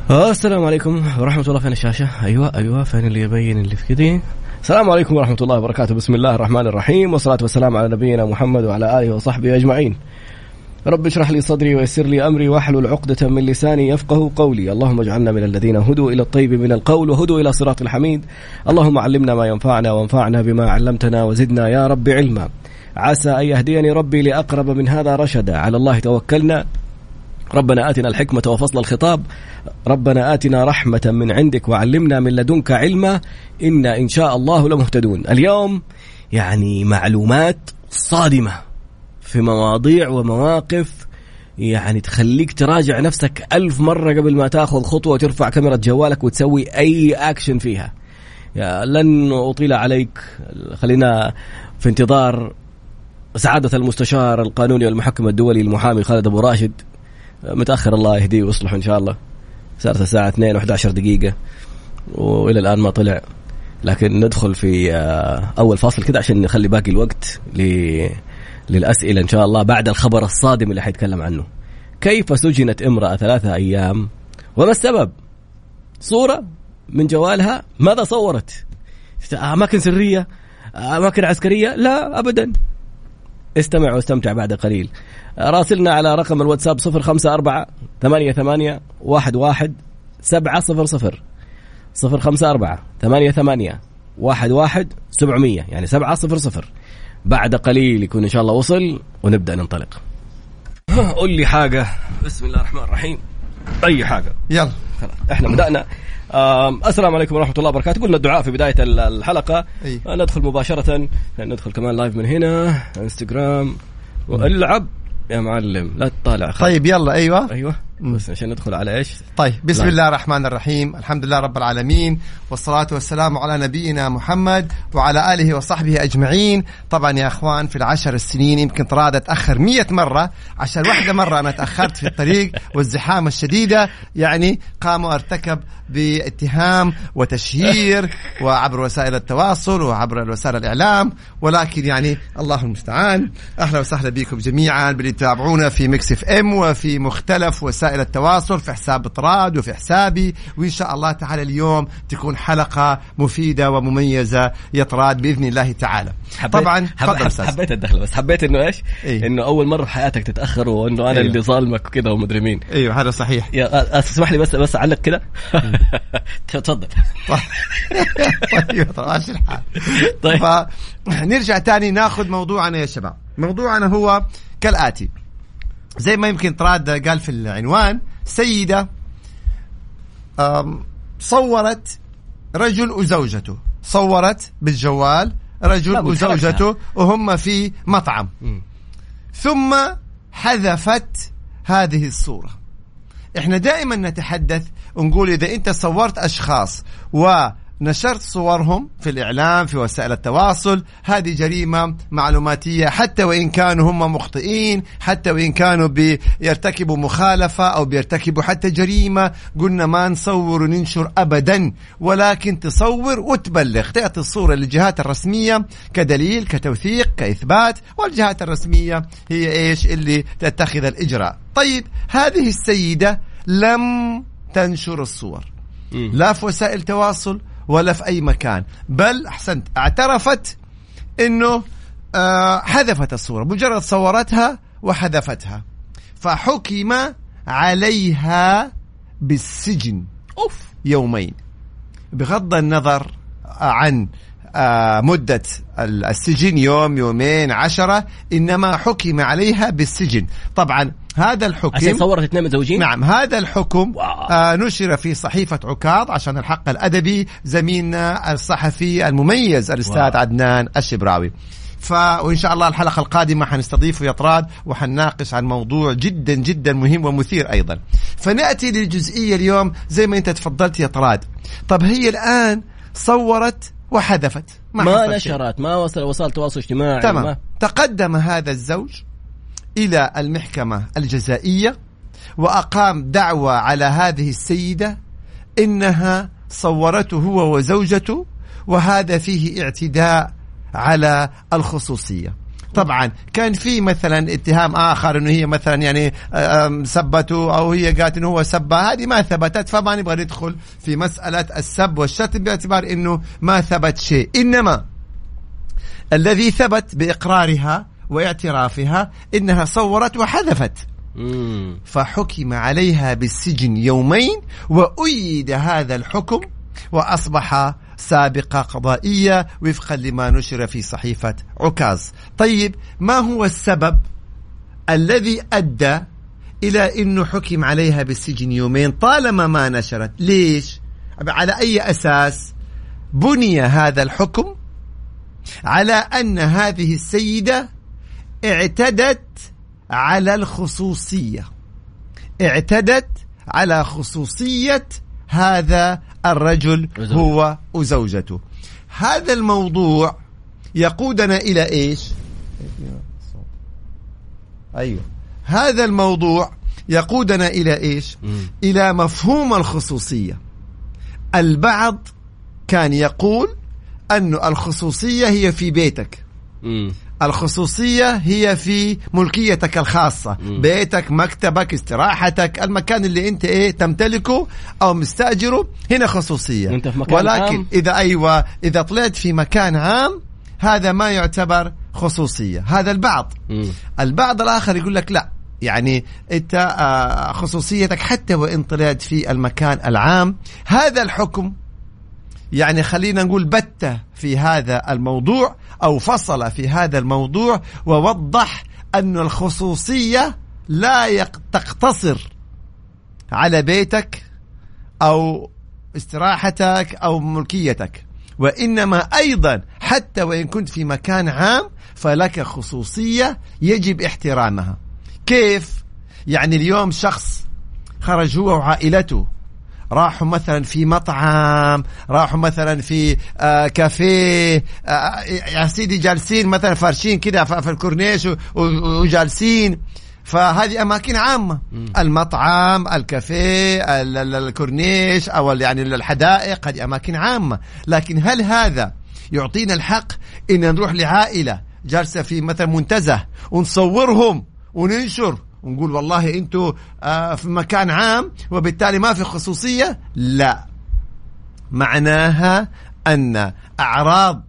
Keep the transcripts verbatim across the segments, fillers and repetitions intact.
السلام عليكم ورحمة الله. فين الشاشة؟ أيوة أيوة فين اللي يبين اللي في كده؟ السلام عليكم ورحمة الله وبركاته. بسم الله الرحمن الرحيم، والصلاة والسلام على نبينا محمد وعلى آله وصحبه أجمعين. رب اشرح لي صدري ويسر لي أمري واحلل عقدة من لساني يفقه قولي. اللهم اجعلنا من الذين هدوا إلى الطيب من القول وهدوا إلى صراط الحميد. اللهم علمنا ما ينفعنا وانفعنا بما علمتنا وزدنا يا رب علما. عسى أن يهديني ربي لأقرب من هذا رشدا. على الله توكلنا. ربنا آتنا الحكمة وفصل الخطاب. ربنا آتنا رحمة من عندك وعلمنا من لدنك علما إنا إن شاء الله لمهتدون. اليوم يعني معلومات صادمة في مواضيع ومواقف يعني تخليك تراجع نفسك ألف مرة قبل ما تأخذ خطوة وترفع كاميرا جوالك وتسوي أي أكشن فيها. لن أطيل عليك، خلينا في انتظار سعادة المستشار القانوني والمحكم الدولي المحامي خالد أبو راشد. متأخر الله يهديه ويصلح إن شاء الله. صارت الساعة اثنين وإحدى عشرة دقيقة وإلى الآن ما طلع، لكن ندخل في أول فاصل كده عشان نخلي باقي الوقت للأسئلة إن شاء الله بعد الخبر الصادم اللي حيتكلم عنه. كيف سجنت امرأة ثلاثة أيام وما السبب؟ صورة من جوالها. ماذا صورت؟ أماكن سرية؟ أماكن عسكرية؟ لا أبدا. استمع واستمتع بعد قليل. راسلنا على رقم الواتساب صفر خمسة أربعة ثمانية ثمانية واحد واحد سبعة صفر صفر صفر خمسة أربعة ثمانية ثمانية واحد واحد سبعمية يعني سبعة صفر صفر. بعد قليل يكون إن شاء الله وصل ونبدأ ننطلق. قل لي حاجة. بسم الله الرحمن الرحيم. أي حاجة يلا خلاص إحنا بدأنا. السلام عليكم ورحمة الله وبركاته. قلنا الدعاء في بداية الحلقة. أي. ندخل مباشرة، ندخل كمان لايف من هنا انستغرام والعب يا معلم لا تطالع. طيب يلا. أيوة أيوة بس عشان ندخل على إيش. طيب بسم لا. الله الرحمن الرحيم. الحمد لله رب العالمين، والصلاة والسلام على نبينا محمد وعلى آله وصحبه أجمعين. طبعا يا أخوان في العشر السنين يمكن تراد أتأخر مية مرة، عشان واحدة مرة أنا تأخرت في الطريق والزحام الشديدة يعني قاموا ارتكب باتهام وتشهير وعبر وسائل التواصل وعبر وسائل الإعلام، ولكن يعني الله المستعان. أهلا وسهلا بكم جميعا باللي تتابعونا في ميكس اف ام وفي مختلف وسائل التواصل، في حساب طراد وفي حسابي، وإن شاء الله تعالى اليوم تكون حلقة مفيدة ومميزة يا طراد بإذن الله تعالى. طبعا حب حبيت الدخل، بس حبيت إنه إيش إيه؟ إنه أول مرة في حياتك تتأخر وإنه أنا أيوه. اللي ظالمك وكده ومدري مين. أيوه هذا صحيح. يا اسمح لي بس بس أعلق كده. تفضل. طيب طبعا شو الحال. طيب فنرجع تاني ناخذ موضوعنا يا شباب. موضوعنا هو كالآتي، زي ما يمكن طراد قال في العنوان. سيدة صورت رجل وزوجته، صورت بالجوال رجل وزوجته وهم في مطعم، ثم حذفت هذه الصورة. احنا دائما نتحدث ونقول إذا أنت صورت أشخاص ونشرت صورهم في الإعلام في وسائل التواصل، هذه جريمة معلوماتية، حتى وإن كانوا هم مخطئين، حتى وإن كانوا بيرتكبوا مخالفة أو بيرتكبوا حتى جريمة، قلنا ما نصور وننشر أبدا، ولكن تصور وتبلغ، تعطي الصورة للجهات الرسمية كدليل كتوثيق كإثبات، والجهات الرسمية هي إيش اللي تتخذ الإجراء. طيب هذه السيدة لم تنشر الصور لا في وسائل تواصل ولا في أي مكان، بل أحسنت اعترفت إنه آه حذفت الصورة، مجرد صورتها وحذفتها، فحكم عليها بالسجن أوف يومين، بغض النظر عن آه مدة السجن يوم يومين عشرة، إنما حكم عليها بالسجن. طبعا هذا الحكم عشان صورت اثنين متزوجين. نعم هذا الحكم آه نشر في صحيفة عكاظ عشان الحق الأدبي، زميلنا الصحفي المميز الأستاذ عدنان الشبراوي. ف وإن شاء الله الحلقة القادمة حنستضيفه يطراد وحنناقش عن موضوع جدا جدا مهم ومثير أيضا. فنأتي للجزئية اليوم زي ما أنت تفضلت يا طراد. طب هي الآن صورت وحذفت، ما, ما نشرت، ما وصل وسائل تواصل اجتماعي. تمام. ما. تقدم هذا الزوج إلى المحكمة الجزائية وأقام دعوى على هذه السيدة إنها صورته هو وزوجته، وهذا فيه اعتداء على الخصوصية. طبعا كان في مثلا اتهام آخر أنه هي مثلا يعني سبته أو هي قالت أنه هو سبها، هذه ما ثبتت، فما نبغى ندخل في مسألة السب والشتم باعتبار أنه ما ثبت شيء. إنما الذي ثبت بإقرارها واعترافها إنها صورت وحذفت، فحكم عليها بالسجن يومين، وأيد هذا الحكم وأصبح سابقة قضائية وفقا لما نشر في صحيفة عكاظ. طيب ما هو السبب الذي أدى إلى أنه حكم عليها بالسجن يومين طالما ما نشرت؟ ليش؟ على أي أساس بني هذا الحكم؟ على أن هذه السيدة اعتدت على الخصوصية، اعتدت على خصوصية هذا الرجل هو وزوجته. هذا الموضوع يقودنا إلى إيش؟ أيوة، هذا الموضوع يقودنا إلى إيش؟ م. إلى مفهوم الخصوصية. البعض كان يقول أن الخصوصية هي في بيتك، م. الخصوصية هي في ملكيتك الخاصة، م. بيتك، مكتبك، استراحتك، المكان اللي انت ايه تمتلكه او مستأجره، هنا خصوصية. انت في مكان ولكن عام. اذا ايوه اذا طلعت في مكان عام هذا ما يعتبر خصوصية. هذا البعض. م. البعض الآخر يقول لك لا، يعني انت آه خصوصيتك حتى وان طلعت في المكان العام. هذا الحكم يعني خلينا نقول بت في هذا الموضوع أو فصل في هذا الموضوع ووضح أن الخصوصية لا تقتصر على بيتك أو استراحتك أو ملكيتك، وإنما أيضا حتى وإن كنت في مكان عام فلك خصوصية يجب احترامها. كيف؟ يعني اليوم شخص خرج هو وعائلته، راحوا مثلا في مطعم، راحوا مثلا في آه كافيه، آه يا سيدي جالسين مثلا فارشين كده في الكورنيش وجالسين، فهذه أماكن عامة. م. المطعم، الكافيه، الكورنيش أو يعني الحدائق، هذه أماكن عامة. لكن هل هذا يعطينا الحق إن نروح لعائلة جالسة في مثلا منتزه ونصورهم وننشر ونقول والله انتوا آه في مكان عام وبالتالي ما في خصوصية؟ لا، معناها أن أعراض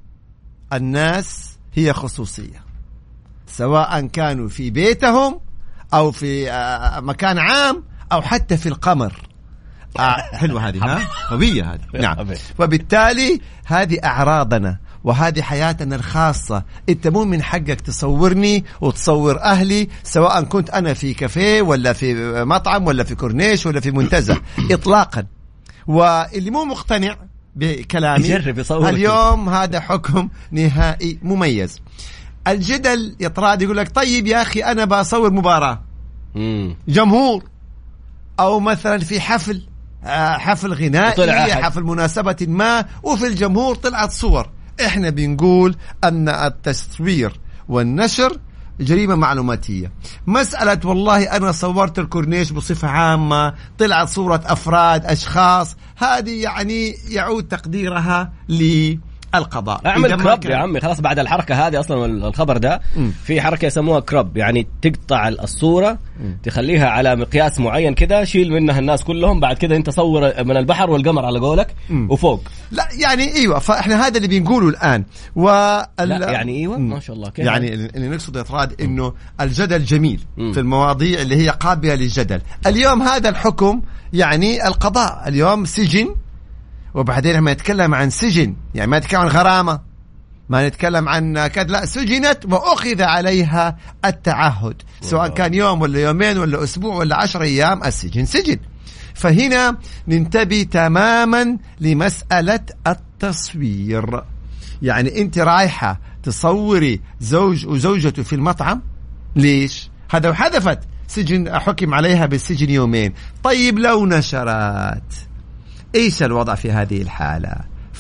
الناس هي خصوصية، سواء كانوا في بيتهم أو في آه مكان عام أو حتى في القمر. آه حلوة هذه، ها قوية هذه. نعم، وبالتالي هذه أعراضنا وهذه حياتنا الخاصة. انت مو من حقك تصورني وتصور أهلي، سواء كنت أنا في كافيه ولا في مطعم ولا في كورنيش ولا في منتزه إطلاقا. واللي مو مقتنع بكلامي اليوم هذا حكم نهائي مميز. الجدل يطراد يقول لك طيب يا أخي أنا بصور مباراة جمهور أو مثلا في حفل حفل غنائي، حفل مناسبة ما، وفي الجمهور طلعت صور. احنا بنقول ان التصوير والنشر جريمة معلوماتية. مسألة والله انا صورت الكورنيش بصفة عامة طلعت صورة افراد اشخاص، هذه يعني يعود تقديرها للقضاء. اعمل كرب يا عمي خلاص بعد الحركة هذه. اصلا الخبر ده م. في حركة يسموها كرب، يعني تقطع الصورة م. تخليها على مقياس معين كده، شيل منها الناس كلهم، بعد كده انت صور من البحر والقمر على قولك م. وفوق. لا يعني ايوه، فاحنا هذا اللي بنقوله الان. وال... لا يعني ايوه م. ما شاء الله كيف يعني اللي نقصد اطراد انه الجدل جميل م. في المواضيع اللي هي قابلة للجدل. اليوم هذا الحكم يعني القضاء اليوم سجن، وبعدين ما يتكلم عن سجن يعني ما يتكلم عن غرامة، ما نتكلم عن كذا، لا، سجنت وأخذ عليها التعهد سواء كان يوم ولا يومين ولا أسبوع ولا عشر أيام، السجن سجن. فهنا ننتبه تماما لمسألة التصوير. يعني أنت رايحة تصوري زوج وزوجته في المطعم، ليش؟ هذا وحذفت سجن، حكم عليها بالسجن يومين. طيب لو نشرت، ايش الوضع في هذه الحالة؟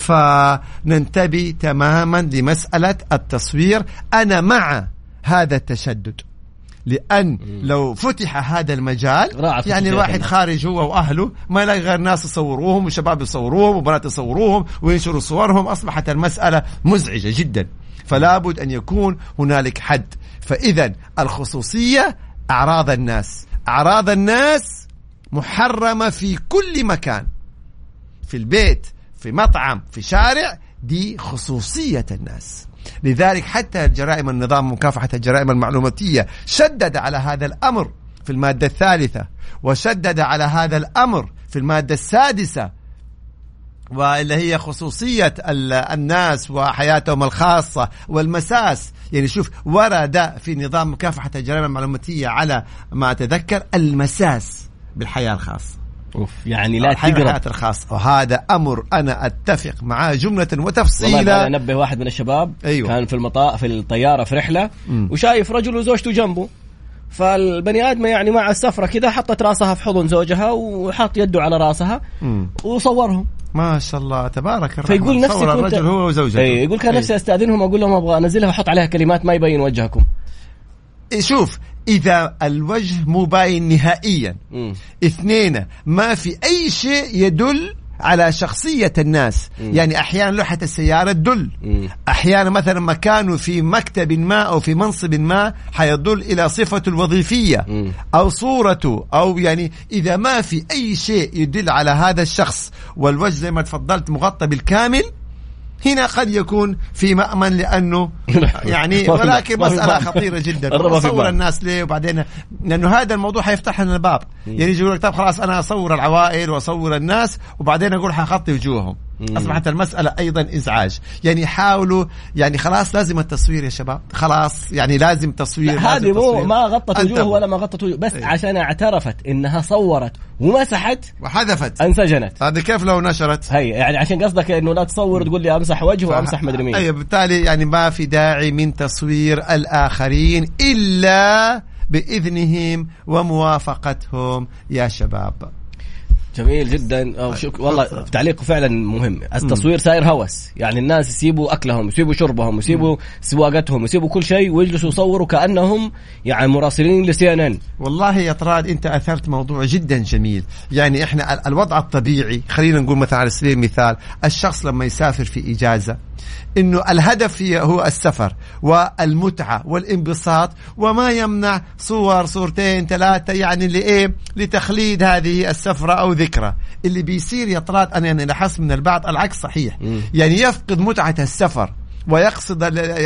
فننتبه تماما لمسألة التصوير. انا مع هذا التشدد، لان لو فتح هذا المجال يعني الواحد خارج هو واهله ما يلاقي غير ناس يصوروهم وشباب يصوروهم وبنات يصوروهم وينشروا صورهم، اصبحت المسألة مزعجة جدا. فلا بد أن يكون هنالك حد. فإذا الخصوصية أعراض الناس، أعراض الناس محرمة في كل مكان، في البيت، في مطعم، في شارع، دي خصوصية الناس. لذلك حتى الجرائم النظام مكافحة الجرائم المعلوماتية شدد على هذا الأمر في المادة الثالثة، وشدد على هذا الأمر في المادة السادسة، واللي هي خصوصية الناس وحياتهم الخاصة والمساس. يعني شوف ورد في نظام مكافحة الجرائم المعلوماتية على ما أتذكر المساس بالحياة الخاصة. أوف يعني لا تقرب الحياة الخاصة، وهذا أمر أنا أتفق معاه جملة وتفصيلا. والله أنا أنبه واحد من الشباب أيوة. كان في المطار في الطيارة في رحلة م. وشايف رجل وزوجته جنبه، فالبني آدم يعني مع السفرة كذا حطت راسها في حضن زوجها وحط يده على راسها م. وصورهم. ما شاء الله تبارك الرحمن. فيقول نفسي كنت الرجل هو وزوجته. أي يقول كان أي. نفسي أستأذنهم أقول لهم أبغى أنزلها وأحط عليها كلمات ما يبين وجهكم. شوف إذا الوجه مو باين نهائيا، م. اثنين ما في أي شيء يدل على شخصية الناس. م. يعني أحيانا لوحة السيارة تدل، م. أحيانا مثلا مكانه في مكتب ما أو في منصب ما حيدل إلى صفته الوظيفية، م. أو صورته، أو يعني إذا ما في أي شيء يدل على هذا الشخص والوجه زي ما تفضلت مغطى بالكامل، هنا قد يكون في مأمن، لأنه يعني ولكن مسألة خطيرة جدا. صور الناس ليه؟ وبعدين لأنه هذا الموضوع حيفتح لنا الباب. يعني يجي يقول لك طب خلاص أنا أصور العوائل وأصور الناس وبعدين أقول حخطي وجوههم. أصبحت المسألة أيضا إزعاج. يعني حاولوا يعني خلاص لازم التصوير يا شباب، خلاص يعني لازم تصوير. هذه مو ما غطت وجوه ولا ما غطت وجوه، بس أيه. عشان اعترفت إنها صورت ومسحت وحذفت انسجنت. هذا كيف لو نشرت؟ هي يعني عشان قصدك إنه لا تصور تقول لي أمسح وجهه وأمسح مدري مين. أي بالتالي يعني ما في داعي من تصوير الآخرين إلا بإذنهم وموافقتهم يا شباب. جميل جدا. أو شك... والله تعليقه فعلا مهم. التصوير صاير هوس، يعني الناس يسيبوا أكلهم، يسيبوا شربهم، يسيبوا سواقتهم، يسيبوا كل شيء ويجلسوا يصوروا كأنهم يعني مراسلين لسي إن إن. والله يا طراد أنت أثرت موضوع جدا جميل. يعني إحنا الوضع الطبيعي، خلينا نقول مثلا على سبيل المثال الشخص لما يسافر في إجازة، إنه الهدف هو السفر والمتعة والانبساط، وما يمنع صور صورتين ثلاثة يعني لإيه؟ لتخليد هذه السفرة أو ذكرى. اللي بيصير يا طراد أنا يعني لاحظت من البعض العكس صحيح، م. يعني يفقد متعة السفر ويقصد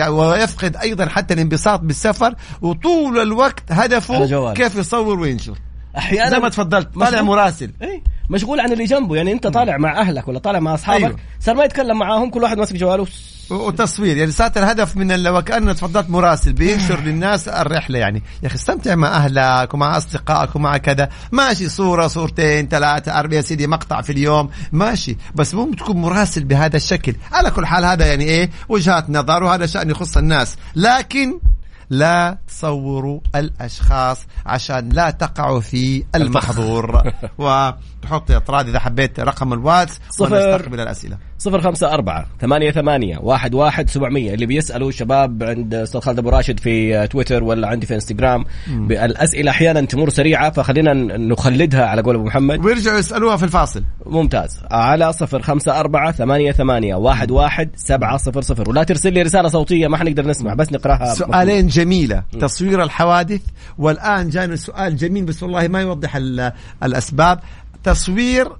ويفقد أيضا حتى الانبساط بالسفر، وطول الوقت هدفه كيف يصور وينشر. أحيانا زي ما تفضلت طالع مراسل، ايه مشغول عن اللي جنبه. يعني انت طالع مع اهلك ولا طالع مع اصحابك، أيوه. صار ما يتكلم معاهم، كل واحد ماسك جواله وتصوير. يعني صارت الهدف من وكأنه تفضلت مراسل بينشر للناس الرحلة. يعني يا أخي استمتع مع أهلك ومع أصدقائك ومع كذا، ماشي صورة صورتين ثلاثة أربعة سيدي مقطع في اليوم ماشي، بس مو تكون مراسل بهذا الشكل. على كل حال هذا يعني إيه وجهات نظر، وهذا شأن يخص الناس، لكن لا تصوروا الأشخاص عشان لا تقعوا في المحظور. وتحط يا طراد إذا حبيت رقم الواتس ونستقبل الأسئلة صفر خمسة أربعة ثمانية ثمانية واحد واحد سبعمية. اللي بيسألوا شباب عند أستاذ خالد أبو راشد في تويتر ولا عندي في انستغرام، الأسئلة أحيانا تمر سريعة، فخلينا نخلدها على قول أبو محمد ويرجعوا يسألوها في الفاصل. ممتاز. على صفر خمسة أربعة ثمانية ثمانية واحد واحد سبعة صفر صفر. ولا ترسل لي رسالة صوتية ما حنقدر نسمع، بس نقراها. سؤالين جميلة، تصوير الحوادث، والآن جانا سؤال جميل بس والله ما يوضح الأسباب. تصوير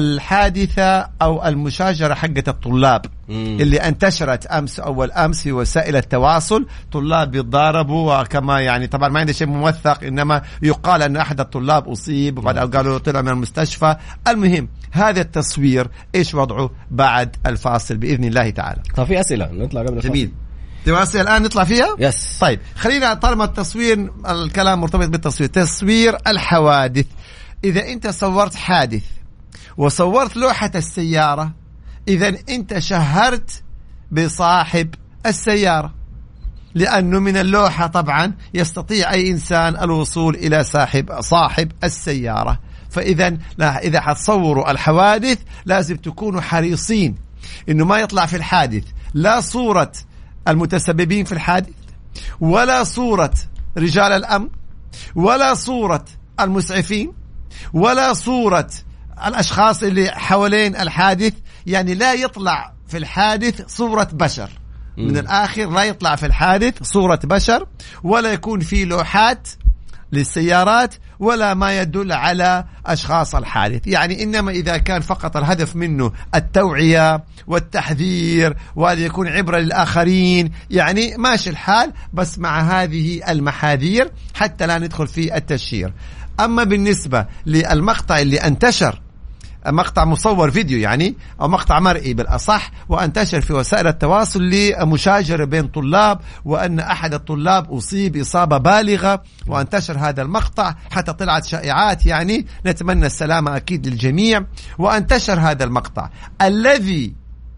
الحادثة أو المشاجرة حقة الطلاب مم. اللي انتشرت أمس أول أمس في وسائل التواصل، طلاب يتضاربوا، وكما يعني طبعا ما عندي شيء موثق، إنما يقال أن أحد الطلاب أصيب وبعد قالوا طلع من المستشفى. المهم هذا التصوير إيش وضعه بعد الفاصل بإذن الله تعالى. طيب في أسئلة نطلع قبل الفاصل. جميل. تواسي الآن نطلع فيها؟ يس. طيب خلينا طالما التصوير الكلام مرتبط بالتصوير، تصوير الحوادث. إذا أنت صورت حادث وصورت لوحة السيارة، إذن أنت شهرت بصاحب السيارة، لأنه من اللوحة طبعا يستطيع أي إنسان الوصول إلى صاحب صاحب السيارة. فإذا إذا حتصوروا الحوادث لازم تكونوا حريصين إنه ما يطلع في الحادث لا صورة المتسببين في الحادث، ولا صورة رجال الأمن، ولا صورة المسعفين، ولا صورة الأشخاص اللي حوالين الحادث. يعني لا يطلع في الحادث صورة بشر، من الآخر لا يطلع في الحادث صورة بشر، ولا يكون في لوحات للسيارات، ولا ما يدل على أشخاص الحادث. يعني إنما إذا كان فقط الهدف منه التوعية والتحذير وأن يكون عبرة للآخرين، يعني ماشي الحال، بس مع هذه المحاذير حتى لا ندخل في التشهير. أما بالنسبة للمقطع اللي انتشر، مقطع مصور فيديو يعني أو مقطع مرئي بالأصح، وانتشر في وسائل التواصل لمشاجرة بين طلاب، وأن أحد الطلاب أصيب إصابة بالغة، وانتشر هذا المقطع حتى طلعت شائعات، يعني نتمنى السلامة أكيد للجميع. وانتشر هذا المقطع، الذي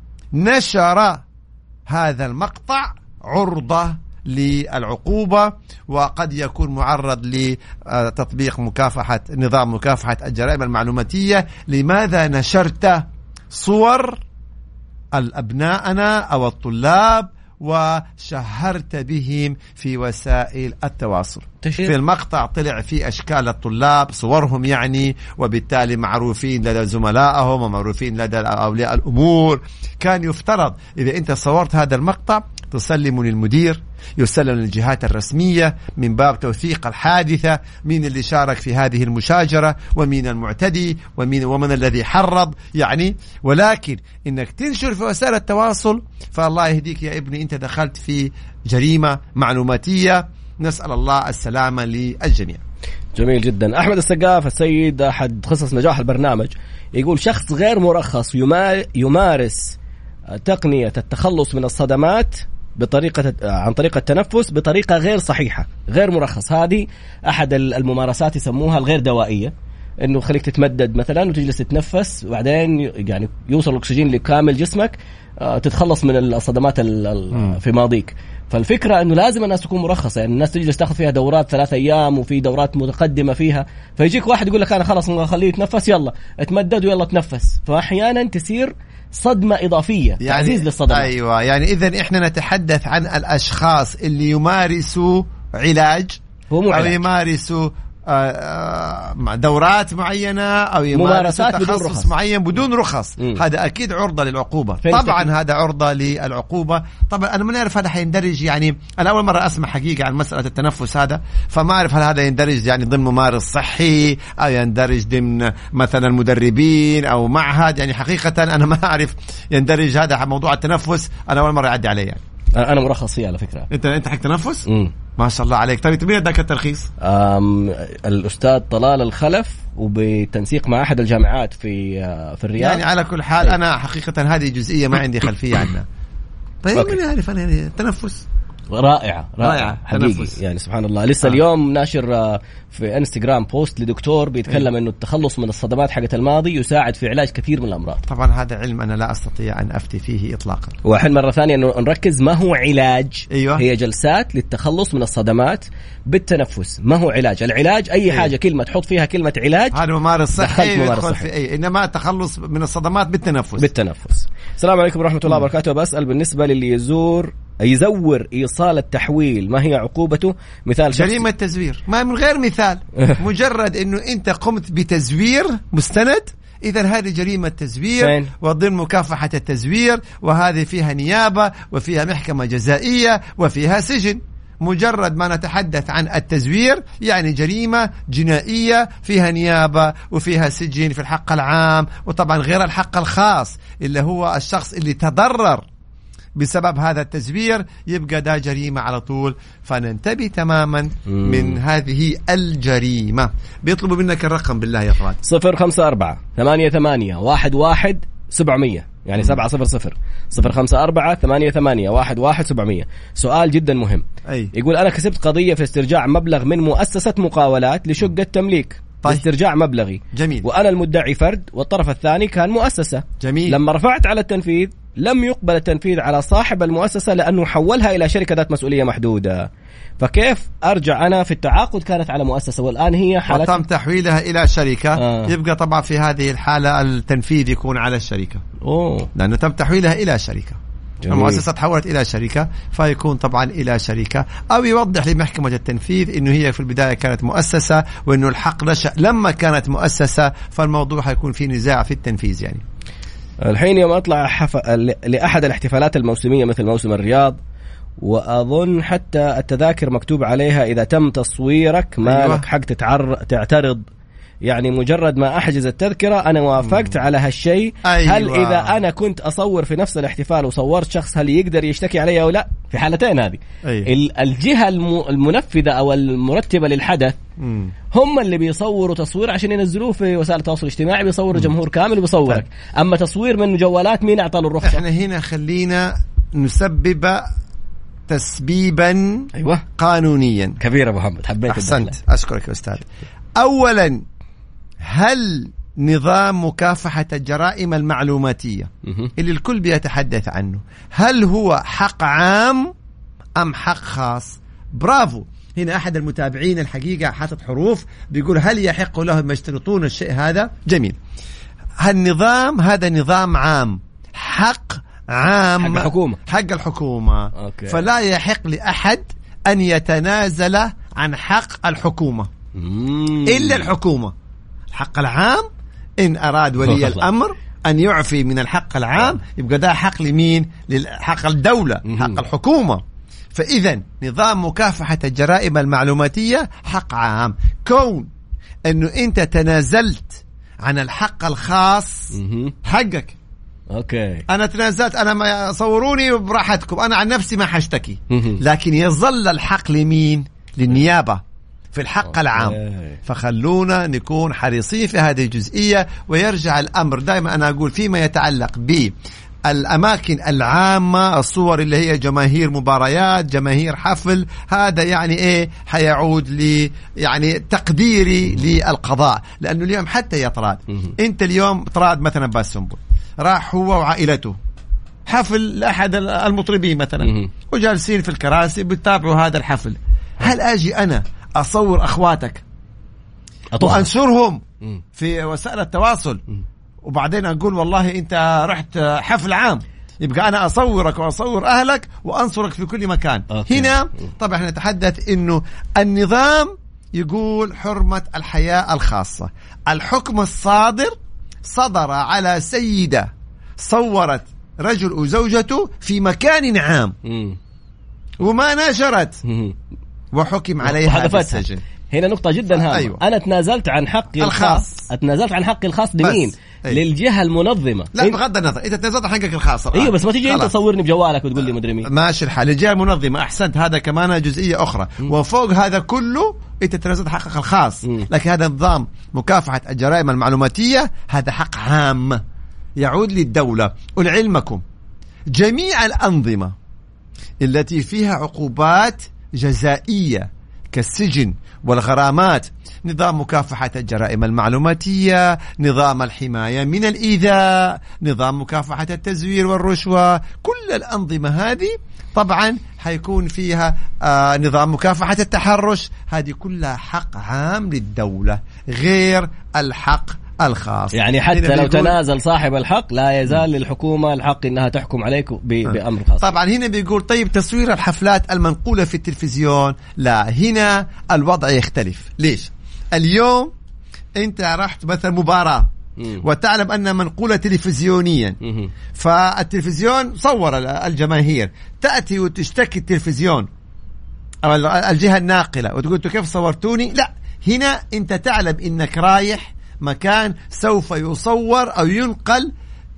نشر هذا المقطع عرضة للعقوبة، وقد يكون معرض لتطبيق مكافحة نظام مكافحة الجرائم المعلوماتية. لماذا نشرت صور الأبناءنا أو الطلاب وشهرت بهم في وسائل التواصل؟ في المقطع طلع في أشكال الطلاب، صورهم يعني، وبالتالي معروفين لدى زملائهم ومعروفين لدى أولياء الأمور. كان يفترض إذا أنت صورت هذا المقطع تسلمه للمدير، يسلم للجهات الرسمية من باب توثيق الحادثة، مين اللي شارك في هذه المشاجرة، ومين المعتدي، ومين ومن الذي حرض يعني. ولكن إنك تنشر في وسائل التواصل، فالله يهديك يا ابني، أنت دخلت في جريمة معلوماتية. نسأل الله السلامة للجميع. جميل جدا. أحمد السقاف السيد أحد خصص نجاح البرنامج يقول شخص غير مرخص يمارس تقنية التخلص من الصدمات بطريقة عن طريق التنفس بطريقة غير صحيحة، غير مرخص. هذه أحد الممارسات يسموها الغير دوائية، إنه خليك تتمدد مثلا وتجلس تتنفس، وبعدين يعني يوصل الأكسجين لكامل جسمك، تتخلص من الصدمات في ماضيك. فالفكرة إنه لازم الناس تكون مرخصة، يعني الناس تجلس تاخذ فيها دورات ثلاثة أيام وفي دورات متقدمة فيها، فيجيك واحد يقول لك أنا خلاص خليه يتنفس، يلا اتمدد ويلا تنفس، فأحيانا تصير صدمة إضافية، يعني تعزيز للصدمة. أيوة، يعني إذن إحنا نتحدث عن الأشخاص اللي يمارسوا علاج أو يمارسوا دورات معينة أو يمارسوا تخصص معين بدون رخص. م. هذا أكيد عرضة للعقوبة. طبعا تكي. هذا عرضة للعقوبة. طبعا أنا ما نعرف هذا حيندرج، يعني أنا أول مرة أسمع حقيقة عن مسألة التنفس هذا، فما أعرف هل هذا يندرج يعني ضمن ممارس صحي أو يندرج ضمن مثلا مدربين أو معهد. يعني حقيقة أنا ما أعرف يندرج هذا موضوع التنفس، أنا أول مرة أعدي عليه. يعني أنا مرخص فيه على فكرة. أنت أنت حق تنفس؟ م. ما شاء الله عليك. طيب مين اداك الترخيص؟ الأستاذ طلال الخلف، وبتنسيق مع أحد الجامعات في في الرياض. يعني على كل حال أنا حقيقة هذه جزئية ما عندي خلفية عنها. طيب من يعرف أنا يعني تنفس رائعة رائعة حقيقي، يعني سبحان الله. لسه آه. اليوم ناشر في انستغرام بوست لدكتور بيتكلم إيه؟ إنه التخلص من الصدمات حقت الماضي يساعد في علاج كثير من الأمراض. طبعا هذا علم أنا لا أستطيع أن أفتي فيه إطلاقا. وحين مرة ثانية إنه نركز، ما هو علاج. أيوة. هي جلسات للتخلص من الصدمات بالتنفس، ما هو علاج. العلاج أي حاجة إيه؟ كلمة تحط فيها كلمة علاج، هذا ممارس صحي يدخل في أي. إنما التخلص من الصدمات بالتنفس. بالتنفس. السلام عليكم ورحمة الله وبركاته. بسأل بالنسبة للي يزور يزور إيصال التحويل، ما هي عقوبته؟ مثال جريمة تزوير، ما من غير مثال. مجرد إنه أنت قمت بتزوير مستند، إذا هذه جريمة تزوير وضمن مكافحة التزوير، وهذه فيها نيابة وفيها محكمة جزائية وفيها سجن. مجرد ما نتحدث عن التزوير يعني جريمة جنائية فيها نيابة وفيها سجن في الحق العام، وطبعا غير الحق الخاص اللي هو الشخص اللي تضرر بسبب هذا التزوير، يبقى ده جريمة على طول. فننتبه تماما مم. من هذه الجريمة. بيطلبوا منك الرقم بالله يا فؤاد. صفر خمسة أربعة ثمانية ثمانية واحد واحد سبعمية، يعني سبعة صفر صفر صفر خمسة أربعة ثمانية ثمانية واحد واحد سبعمية. سؤال جدا مهم. أي. يقول أنا كسبت قضية في استرجاع مبلغ من مؤسسة مقاولات لشقة تمليك. طيب. استرجاع مبلغي. جميل. وأنا المدعي فرد والطرف الثاني كان مؤسسة. جميل. لما رفعت على التنفيذ لم يقبل التنفيذ على صاحب المؤسسة لأنه حولها إلى شركة ذات مسؤولية محدودة. فكيف أرجع أنا؟ في التعاقد كانت على مؤسسة والآن هي حالة وتم تحويلها إلى شركة. آه. يبقى طبعا في هذه الحالة التنفيذ يكون على الشركة. أوه. لأنه تم تحويلها إلى شركة. جميل. المؤسسة تحولت إلى شركة، فيكون طبعا إلى شركة، أو يوضح لمحكمة التنفيذ إنه هي في البداية كانت مؤسسة وإنه الحق نشأ لما كانت مؤسسة، فالموضوع هيكون في نزاع في التنفيذ يعني. الحين يوم أطلع حف... لأحد الاحتفالات الموسمية مثل موسم الرياض، وأظن حتى التذاكر مكتوب عليها إذا تم تصويرك ما أيوة. لك حق تتعر... تعترض، يعني مجرد ما أحجز التذكرة أنا وافقت مم. على هالشيء. أيوة. هل إذا أنا كنت أصور في نفس الاحتفال وصورت شخص هل يقدر يشتكي علي أو لا؟ في حالتين هذه. أيوة. الجهة المنفذة أو المرتبة للحدث مم. هم اللي بيصوروا تصوير عشان ينزلوه في وسائل التواصل الاجتماعي، بيصوروا جمهور كامل وبيصورك. أما تصوير من جوالات مين أعطى له الرخصة؟ إحنا هنا خلينا نسبب تسبيبا أيوة. قانونيا كبير أبو محمد، حبيت. أحسنت، أشكرك يا أستاذ. أولا، هل نظام مكافحة الجرائم المعلوماتية اللي الكل بيتحدث عنه هل هو حق عام أم حق خاص؟ برافو. هنا أحد المتابعين الحقيقة حاطط حروف بيقول هل يحق لهم يشترطون الشيء هذا؟ جميل. هالنظام هذا نظام عام، حق عام، حق الحكومة، حق الحكومة. أوكي. فلا يحق لأحد أن يتنازل عن حق الحكومة مم. إلا الحكومة. الحق العام إن أراد ولي الأمر أن يعفي من الحق العام يبقى ده حق لمين؟ لحق الدولة، حق الحكومة. فإذا نظام مكافحة الجرائم المعلوماتية حق عام. كون أنه أنت تنازلت عن الحق الخاص حقك. أوكي. أنا تنازلت، أنا ما صوروني براحتكم، أنا عن نفسي ما حشتكي، لكن يظل الحق لمين؟ للنيابة في الحق أوكي. العام. فخلونا نكون حريصين في هذه الجزئية. ويرجع الأمر دائما أنا أقول فيما يتعلق بالأماكن العامة، الصور اللي هي جماهير مباريات، جماهير حفل، هذا يعني إيه حيعود لي يعني تقديري للقضاء. لأنه اليوم حتى يطراد أنت اليوم طراد مثلا باسنبول راح هو وعائلته حفل لأحد المطربين مثلا وجالسين في الكراسي بتتابعوا هذا الحفل، هل أجي أنا أصور أخواتك أطوح. وأنشرهم مم. في وسائل التواصل مم. وبعدين أقول والله أنت رحت حفل عام، يبقى أنا أصورك وأصور أهلك وأنصرك في كل مكان. أوكي. هنا طبعا نتحدث إنه النظام يقول حرمة الحياة الخاصة. الحكم الصادر صدر على سيدة صورت رجل وزوجته في مكان عام مم. وما نشرت مم. وحكم عليها بالسجن. هنا نقطة جدا هامة. أيوة. أنا تنازلت عن حقي الخاص. تنازلت عن حقي الخاص لمين؟ أيوة. للجهة المنظمة. لا إن... بغض النظر إذا تنازلت عن حقك الخاص. أيوة بس ما تيجي أنت تصورني بجوالك وتقول لي مدري مين. ماشي الحال. الجهة المنظمة أحسنت، هذا كمان جزئية أخرى. م. وفوق هذا كله أنت تنازلت عن حقك الخاص. م. لكن هذا نظام مكافحة الجرائم المعلوماتية هذا حق عام يعود للدولة. ولعلمكم جميع الأنظمة التي فيها عقوبات جزائية كالسجن والغرامات، نظام مكافحة الجرائم المعلوماتية، نظام الحماية من الإيذاء، نظام مكافحة التزوير والرشوة، كل الأنظمة هذه طبعا حيكون فيها آه نظام مكافحة التحرش، هذه كلها حق عام للدولة غير الحق الخاص. يعني حتى لو تنازل صاحب الحق لا يزال للحكومة الحق إنها تحكم عليك بأمر خاص. طبعا هنا بيقول طيب تصوير الحفلات المنقولة في التلفزيون، لا هنا الوضع يختلف. ليش؟ اليوم أنت رحت مثلا مباراة مم. وتعلم أنها منقولة تلفزيونيا مم. فالتلفزيون صور الجماهير، تأتي وتشتكي التلفزيون أو الجهة الناقلة وتقول كيف صورتوني؟ لا، هنا أنت تعلم إنك رايح مكان سوف يصور أو ينقل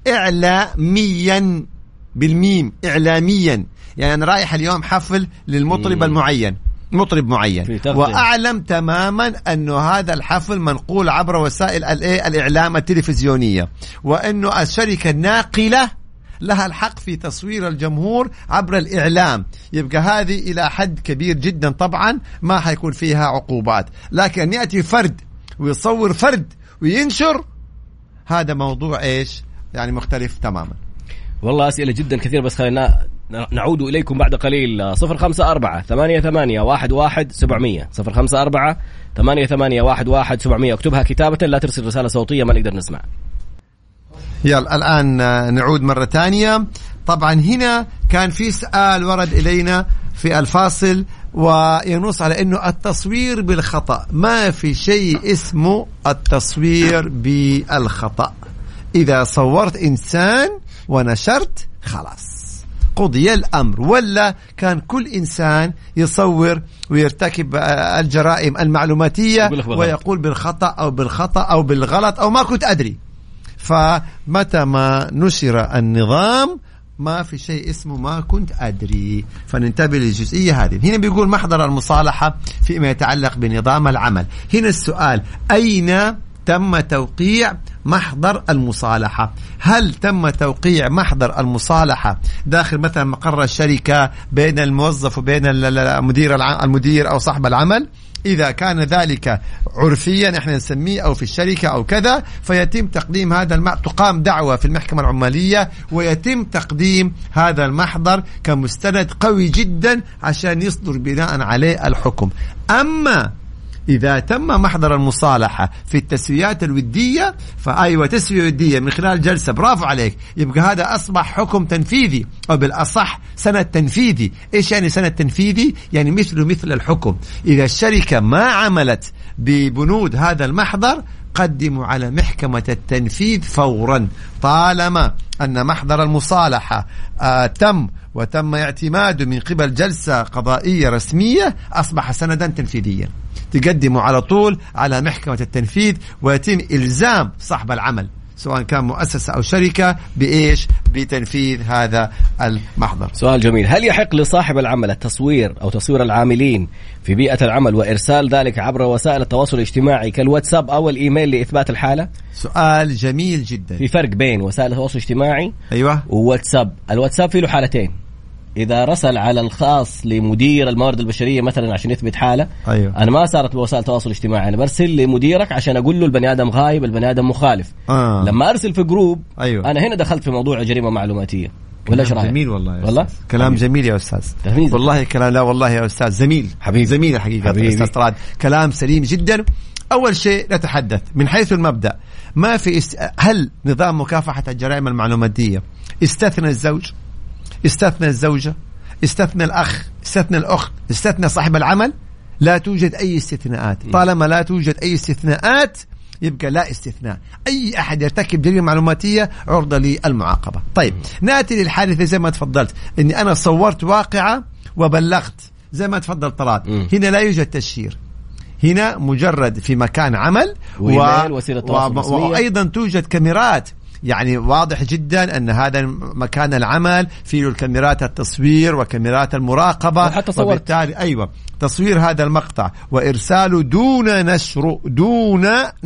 إعلاميا بالميم، إعلاميا. يعني أنا رايح اليوم حفل للمطرب مم. المعين، مطرب معين، وأعلم تماما أنه هذا الحفل منقول عبر وسائل الإعلام التلفزيونية، وأنه الشركة الناقلة لها الحق في تصوير الجمهور عبر الإعلام. يبقى هذه إلى حد كبير جدا طبعا ما حيكون فيها عقوبات. لكن يأتي فرد ويصور فرد وينشر، هذا موضوع إيش يعني مختلف تماما. والله أسئلة جدا كثير، بس خلينا نعود إليكم بعد قليل. صفر خمسة أربعة ثمانية ثمانية واحد واحد سبعمية صفر خمسة أربعة ثمانية ثمانية واحد واحد سبعمية. اكتبها كتابة، لا ترسل رسالة صوتية ما نقدر نسمع. يلا الآن نعود مرة تانية. طبعا هنا كان في سؤال ورد إلينا في الفاصل وينص على أنه التصوير بالخطأ، ما في شيء اسمه التصوير بالخطأ. إذا صورت إنسان ونشرت خلاص قضي الأمر. ولا كان كل إنسان يصور ويرتكب الجرائم المعلوماتية ويقول بالخطأ أو بالخطأ أو بالغلط أو ما كنت أدري. فمتى ما نشر النظام ما في شيء اسمه ما كنت أدري، فننتبه للجزئية هذه. هنا بيقول محضر المصالحة فيما يتعلق بنظام العمل. هنا السؤال أين تم توقيع محضر المصالحة؟ هل تم توقيع محضر المصالحة داخل مثلا مقر الشركة بين الموظف وبين المدير المدير أو صاحب العمل؟ إذا كان ذلك عرفيا احنا نسميه أو في الشركة أو كذا، فيتم تقديم هذا الم... تقام دعوة في المحكمة العمالية ويتم تقديم هذا المحضر كمستند قوي جدا عشان يصدر بناء عليه الحكم. أما إذا تم محضر المصالحة في التسويات الودية فأيوة تسوية ودية من خلال جلسة، برافو عليك، يبقى هذا أصبح حكم تنفيذي أو بالأصح سند تنفيذي. إيش يعني سند تنفيذي؟ يعني مثله مثل الحكم. إذا الشركة ما عملت ببنود هذا المحضر قدموا على محكمة التنفيذ فورا، طالما أن محضر المصالحة آه تم وتم اعتماده من قبل جلسة قضائية رسمية أصبح سندا تنفيذيا، تقدموا على طول على محكمة التنفيذ ويتم إلزام صاحب العمل سواء كان مؤسسة أو شركة بإيش؟ بتنفيذ هذا المحضر. سؤال جميل، هل يحق لصاحب العمل التصوير أو تصوير العاملين في بيئة العمل وإرسال ذلك عبر وسائل التواصل الاجتماعي كالواتساب أو الإيميل لإثبات الحالة؟ سؤال جميل جدا. في فرق بين وسائل التواصل الاجتماعي أيوة وواتساب. الواتساب فيه له حالتين، إذا رسل على الخاص لمدير الموارد البشرية مثلا عشان يثبت حالة، أيوة. أنا ما صارت بوسائل التواصل الاجتماعي، أنا برسل لمديرك عشان أقول له البني آدم غايب، البني آدم مخالف. آه. لما أرسل في جروب، أيوة. أنا هنا دخلت في موضوع جريمة معلوماتية. ولا كلام جميل والله يا والله أستاذ. كلام جميل يا أستاذ تهميز. والله كلام، لا والله يا أستاذ زميل حبيبي زميل حقيقة أستاذ طراد، كلام سليم جدا. أول شيء نتحدث من حيث المبدأ، ما في است... هل نظام مكافحة الجرائم المعلوماتية استثنى الزوج، استثنى الزوجة، استثنى الأخ، استثنى الأخت، استثنى صاحب العمل؟ لا توجد أي استثناءات. طالما لا توجد أي استثناءات يبقى لا استثناء، أي أحد يرتكب جريمة معلوماتية عرضة للمعاقبة. طيب نأتي للحادثة زي ما تفضلت، إني أنا صورت واقعة وبلغت زي ما تفضل طلعت. هنا لا يوجد تشهير، هنا مجرد في مكان عمل و... و... وأيضا توجد كاميرات، يعني واضح جدا أن هذا مكان العمل فيه الكاميرات التصوير وكاميرات المراقبة، حتى صورت. وبالتالي أيوة تصوير هذا المقطع وإرساله دون نشر دون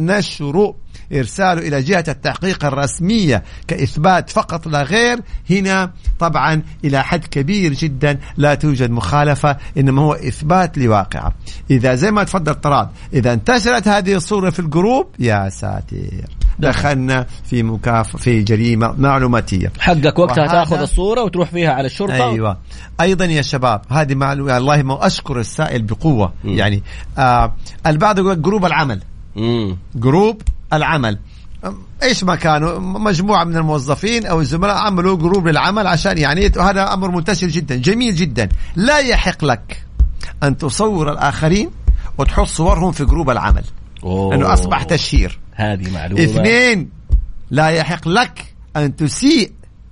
نشر إرساله إلى جهة التحقيق الرسمية كإثبات فقط لا غير. هنا طبعا إلى حد كبير جدا لا توجد مخالفة، إنما هو إثبات لواقعة. إذا زي ما تفضل طراد، إذا انتشرت هذه الصورة في الجروب يا ساتر دخلنا في مكافأة في جريمة معلوماتية. حقك وقتها تأخذ الصورة وتروح فيها على الشرطة. أيوة. أيضا يا شباب هذه معلومة، الله ما أشكر السائل بقوة. م. يعني آه البعض يقول جروب العمل. م. جروب العمل ايش ما كانوا مجموعة من الموظفين او الزملاء عملوا جروب للعمل عشان يعني هذا امر منتشر جدا جميل جدا. لا يحق لك ان تصور الاخرين وتحط صورهم في جروب العمل لانه اصبح تشهير. هذه معلومة. اثنين، لا يحق لك ان تسيء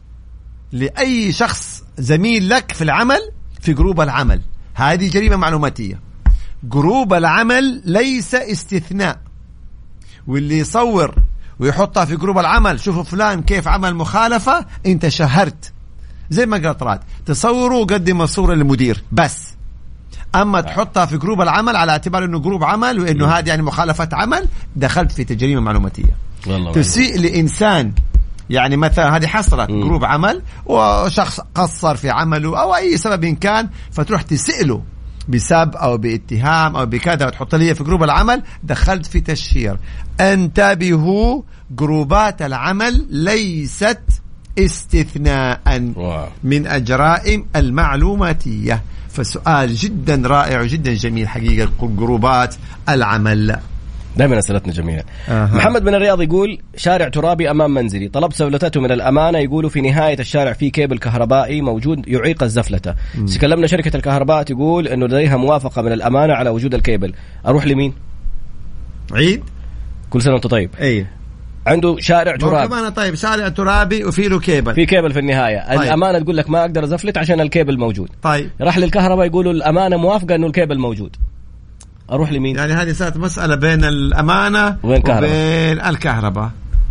لاي شخص زميل لك في العمل في جروب العمل، هذه جريمة معلوماتية. جروب العمل ليس استثناء، واللي يصور ويحطها في جروب العمل شوفوا فلان كيف عمل مخالفة انت شهرت، زي ما قلت راد تصوروا وقدم الصورة للمدير بس. اما تحطها في جروب العمل على اعتبار انه جروب عمل وانه هذه يعني مخالفة عمل، دخلت في جريمة معلوماتية. تسيء لإنسان، يعني مثلا هذه حصلت م. جروب عمل وشخص قصر في عمله او اي سبب إن كان، فتروح تسأله بسب أو باتهام أو بكذا وتحط لي في جروب العمل، دخلت في تشهير. انتبهوا، جروبات العمل ليست استثناء واو. من الجرائم المعلوماتية. فسؤال جدا رائع وجدا جميل حقيقة جروبات العمل. دائما أسئلتنا جميلة. أه. محمد بن الرياض يقول شارع ترابي أمام منزلي، طلبت سولته من الأمانة، يقولوا في نهاية الشارع في كيبل كهربائي موجود يعيق الزفلة. كلمنا شركة الكهرباء تقول إنه لديها موافقة من الأمانة على وجود الكيبل. أروح لمين؟ عيد كل سنة وأنت طيب. أي عنده شارع ترابي كمان. طيب شارع ترابي وفي له كيبل، في كيبل في النهاية. طيب. الأمانة تقول لك ما أقدر أزفلت عشان الكيبل موجود. طيب راح للكهرباء يقولوا الأمانة موافقة إنه الكيبل موجود، أروح لمين؟ يعني هذه صارت مسألة بين الأمانة وبين, وبين الكهرباء.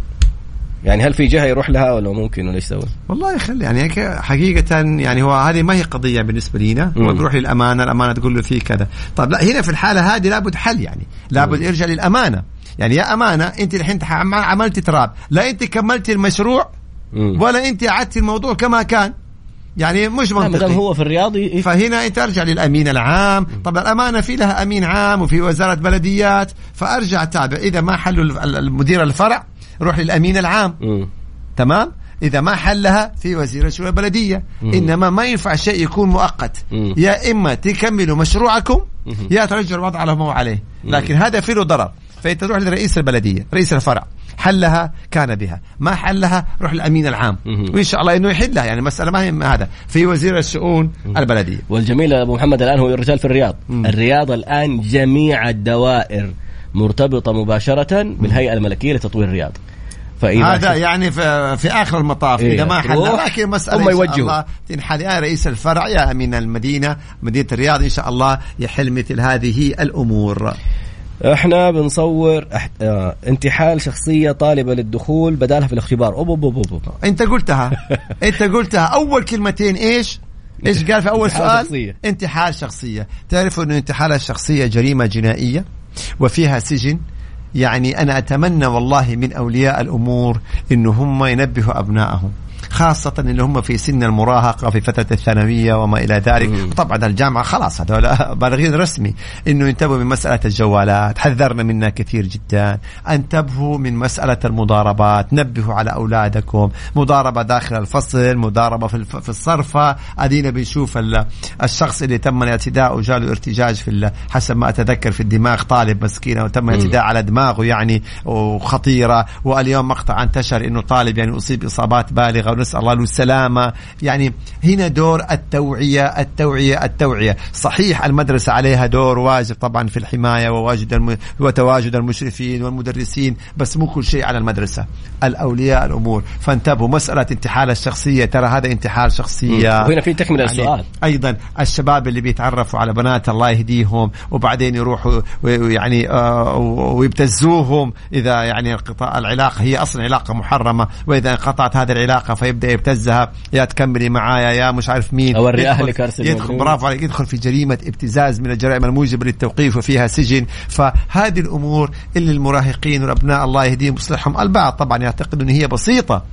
يعني هل في جهة يروح لها ولا ممكن ولا يسوي؟ والله يخلي يعني حقيقة يعني هو هذه ما هي قضية بالنسبة لينا. هو بيروح للأمانة، الأمانة تقول له في كذا. طب لا، هنا في الحالة هذه لابد حل، يعني لابد يرجع للأمانة. يعني يا أمانة أنت الحين عملت تراب، لا أنت كملت المشروع مم. ولا أنت عدت الموضوع كما كان، يعني مش منطقي. هو في الرياض ي... فهنا انت ارجع للامين العام. طب الامانه في لها امين عام وفي وزاره بلديات، فارجع تابع. اذا ما حلوا المدير الفرع روح للامين العام. م. تمام. اذا ما حلها في وزير الشؤون البلديه. م. انما ما ينفع شيء يكون مؤقت. م. يا اما تكملوا مشروعكم م. يا ترجعوا الوضع على ما هو عليه. لكن م. هذا فيه له ضرر. فانت تروح لرئيس البلديه، رئيس الفرع، حلها كان بها، ما حلها روح للأمين العام. مم. وإن شاء الله إنه يحلها. يعني مسألة ما هي هذا في وزير الشؤون مم. البلدية. والجميل أبو محمد الآن هو الرجال في الرياض. مم. الرياض الآن جميع الدوائر مرتبطة مباشرة بالهيئة الملكية لتطوير الرياض. هذا يعني في, في آخر المطاف إيه إذا ما حلها. لكن مسألة إن شاء الله تنحل يا رئيس الفرع يا أمين المدينة، مدينة الرياض، إن شاء الله يحل مثل هذه الأمور. احنا بنصور احت... اه... انتحال شخصية طالبة للدخول بدالها في الاختبار. أوب أوب أوب أوب. انت قلتها انت قلتها اول كلمتين. ايش ايش قال في اول سؤال؟ شخصية. انتحال شخصية. تعرفوا انه انتحال الشخصية جريمة جنائية وفيها سجن. يعني انا اتمنى والله من اولياء الامور انه هم ينبهوا ابنائهم، خاصة اللي هم في سن المراهقة في فترة الثانوية وما إلى ذلك. وطبعا الجامعة خلاص هذول بالغين رسمي، إنه ينتبهوا من مسألة الجوالات. حذرنا منها كثير جدا. انتبهوا من مسألة المضاربات. نبهوا على أولادكم. مضاربة داخل الفصل، مضاربة في في الصرفة. أدينا بنشوف الشخص اللي تم الاعتداء وجاله ارتجاج في حسب ما أتذكر في الدماغ، طالب مسكين وتم الاعتداء على دماغه يعني وخطيرة. واليوم مقطع انتشر إنه طالب يعني أصيب إصابات بالغة ونسأل الله له السلامة. يعني هنا دور التوعية التوعية التوعية. صحيح المدرسة عليها دور واجب طبعا في الحماية وواجد الم... وتواجد المشرفين والمدرسين، بس مو كل شيء على المدرسة، الأولياء الأمور. فانتبهوا مسألة انتحال الشخصية، ترى هذا انتحال شخصية. وهنا في تكمل السؤال يعني أيضا الشباب اللي بيتعرفوا على بنات الله يهديهم وبعدين يروحوا ويعني آه ويبتزوهم إذا يعني انقطاع العلاقة هي أصلا علاقة محرمة، وإذا انقطعت هذه العلاقة فيبدأ يبتزها، يا تكملي معايا يا مش عارف مين، أو أهلك أرسل يدخل برافو عليك يدخل في جريمة ابتزاز من الجرائم الموجبة للتوقيف وفيها سجن. فهذه الأمور اللي المراهقين والأبناء الله يهديهم ويصلحهم، البعض طبعا يعتقد أن هي بسيطة.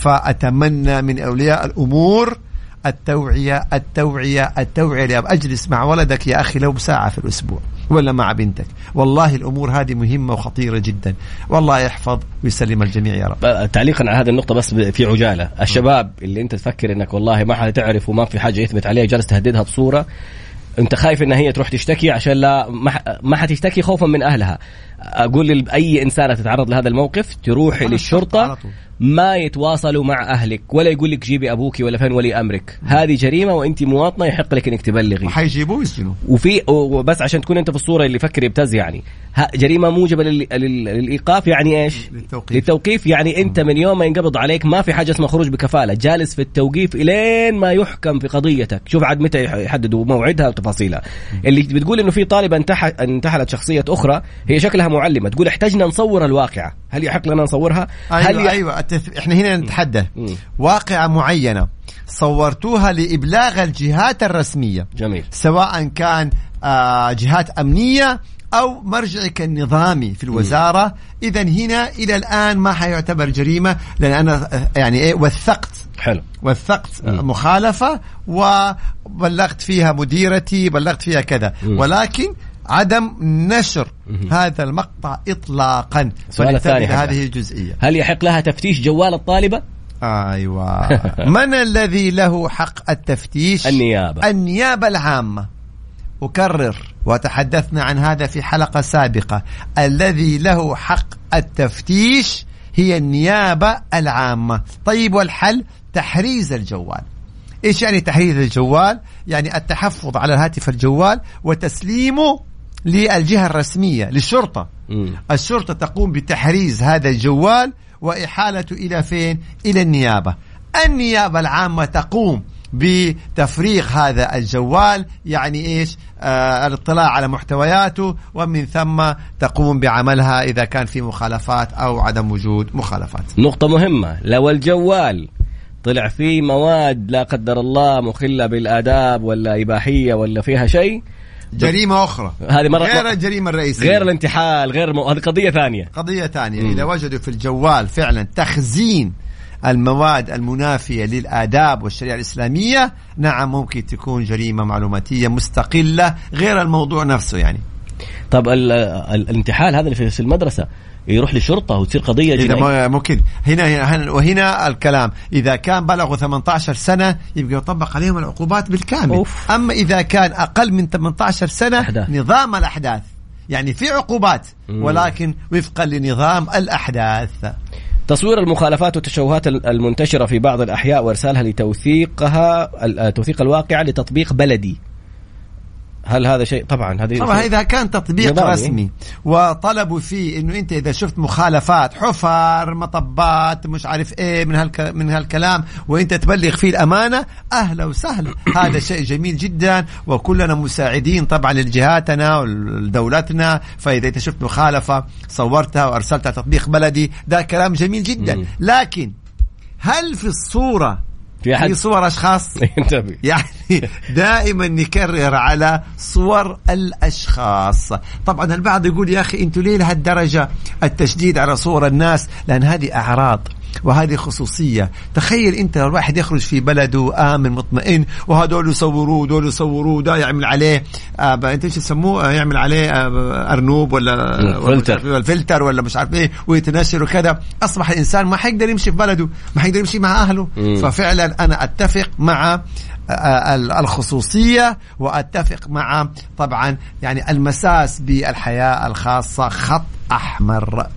فأتمنى من أولياء الأمور التوعية التوعية التوعية. لأب أجلس مع ولدك يا أخي لو بساعة في الأسبوع ولا مع بنتك. والله الأمور هذه مهمة وخطيرة جدا. والله يحفظ ويسلم الجميع يا رب. تعليقا على هذه النقطة بس في عجالة، الشباب اللي أنت تفكر أنك والله ما حد تعرف وما في حاجة يثبت عليها جالس تهددها بصورة، أنت خايف أن هي تروح تشتكي عشان لا ما حتشتكي خوفا من أهلها. أقول لأي إنسانة تتعرض لهذا الموقف تروح للشرطة، ما يتواصلوا مع أهلك ولا يقول لك جيبي أبوك ولا فين ولي أمرك. هذه جريمة وأنت مواطنة يحق لك إنك تبلغي. وحيجيبوه يسجنوا. وفي وبس عشان تكون أنت في الصورة اللي فكر يبتز يعني جريمة موجبة للإيقاف. يعني إيش؟ للتوقيف. للتوقيف يعني أنت من يوم ما ينقبض عليك ما في حاجة اسمها خروج بكفالة، جالس في التوقيف إلين ما يحكم في قضيتك. شوف عاد متى يحددوا موعدها وتفاصيلها. اللي بتقول إنه في طالبة انتحلت شخصية أخرى، هي شكلها معلمة، تقول احتاجنا نصور الواقعة، هل يحق لنا نصورها؟ أيوة هل ي... أيوة التث... إحنا هنا نتحدث واقعة معينة صورتوها لإبلاغ الجهات الرسمية. جميل. سواء كان آه جهات أمنية أو مرجعك النظامي في الوزارة. إذا هنا إلى الآن ما حيعتبر جريمة، لأن أنا يعني إيه وثقت. حلو. وثقت م. مخالفة وبلغت فيها مديرتي، بلغت فيها كذا، م. ولكن عدم نشر م. هذا المقطع إطلاقا. السؤال الثاني هذه الجزئية، هل يحق لها تفتيش جوال الطالبة؟ أيوة. من الذي له حق التفتيش؟ النيابة. النيابة العامة. أكرر وتحدثنا عن هذا في حلقة سابقة، الذي له حق التفتيش هي النيابة العامة. طيب والحل؟ تحريز الجوال. إيش يعني تحريز الجوال؟ يعني التحفظ على الهاتف الجوال وتسليمه للجهة الرسمية للشرطة. م. الشرطة تقوم بتحريز هذا الجوال وإحالته إلى فين؟ إلى النيابة. النيابة العامة تقوم بتفريغ هذا الجوال، يعني إيش؟ آه الاطلاع على محتوياته، ومن ثم تقوم بعملها إذا كان في مخالفات أو عدم وجود مخالفات. نقطة مهمة، لو الجوال طلع فيه مواد لا قدر الله مخلة بالآداب ولا إباحية ولا فيها شيء، جريمة أخرى، هذه مرة غير الجريمة الرئيسية، غير الانتحال، غير م... هذه قضية ثانية قضية ثانية. إذا وجدوا في الجوال فعلا تخزين المواد المنافية للآداب والشريعة الإسلامية، نعم ممكن تكون جريمة معلوماتية مستقلة غير الموضوع نفسه يعني. طب ال... الانتحال هذا اللي في المدرسة يروح للشرطة وتصير قضية جنائية ممكن. هنا وهنا الكلام إذا كان بلغوا ثمانية عشر سنة يبقى يطبق عليهم العقوبات بالكامل. أوف. أما إذا كان أقل من ثمانية عشر سنة أحداث. نظام الأحداث يعني في عقوبات ولكن وفقا لنظام الأحداث. تصوير المخالفات والتشوهات المنتشرة في بعض الأحياء وإرسالها لتوثيقها توثيق الواقع لتطبيق بلدي، هل هذا شيء؟ طبعا هذه طبعا إذا كان تطبيق نظامي رسمي وطلبوا فيه إنه أنت إذا شفت مخالفات حفر مطبات مش عارف إيه من هالك من هالكلام وأنت تبلغ فيه الأمانة، أهلا وسهلا، هذا شيء جميل جدا، وكلنا مساعدين طبعا لجهاتنا ولدولتنا. فإذا أنت شفت مخالفة صورتها وأرسلتها تطبيق بلدي، ده كلام جميل جدا. م. لكن هل في الصورة في, في صور أشخاص؟ يعني دائما نكرر على صور الأشخاص. طبعا البعض يقول يا أخي أنتوا ليه لهالدرجة التشديد على صور الناس؟ لأن هذه أعراض وهذه خصوصية. تخيل أنت لو الواحد يخرج في بلده آمن مطمئن وهدول يصوروه دول يصوروه ده يعمل عليه آه أنت إيش يسموه يعمل عليه آه أرنوب ولا فلتر الفلتر ولا مش عارف إيه ويتنشر وكذا، أصبح الإنسان ما حيقدر يمشي في بلده، ما حيقدر يمشي مع أهله. م. ففعلا أنا أتفق مع الخصوصية وأتفق مع طبعا يعني المساس بالحياة الخاصة خط أحمر.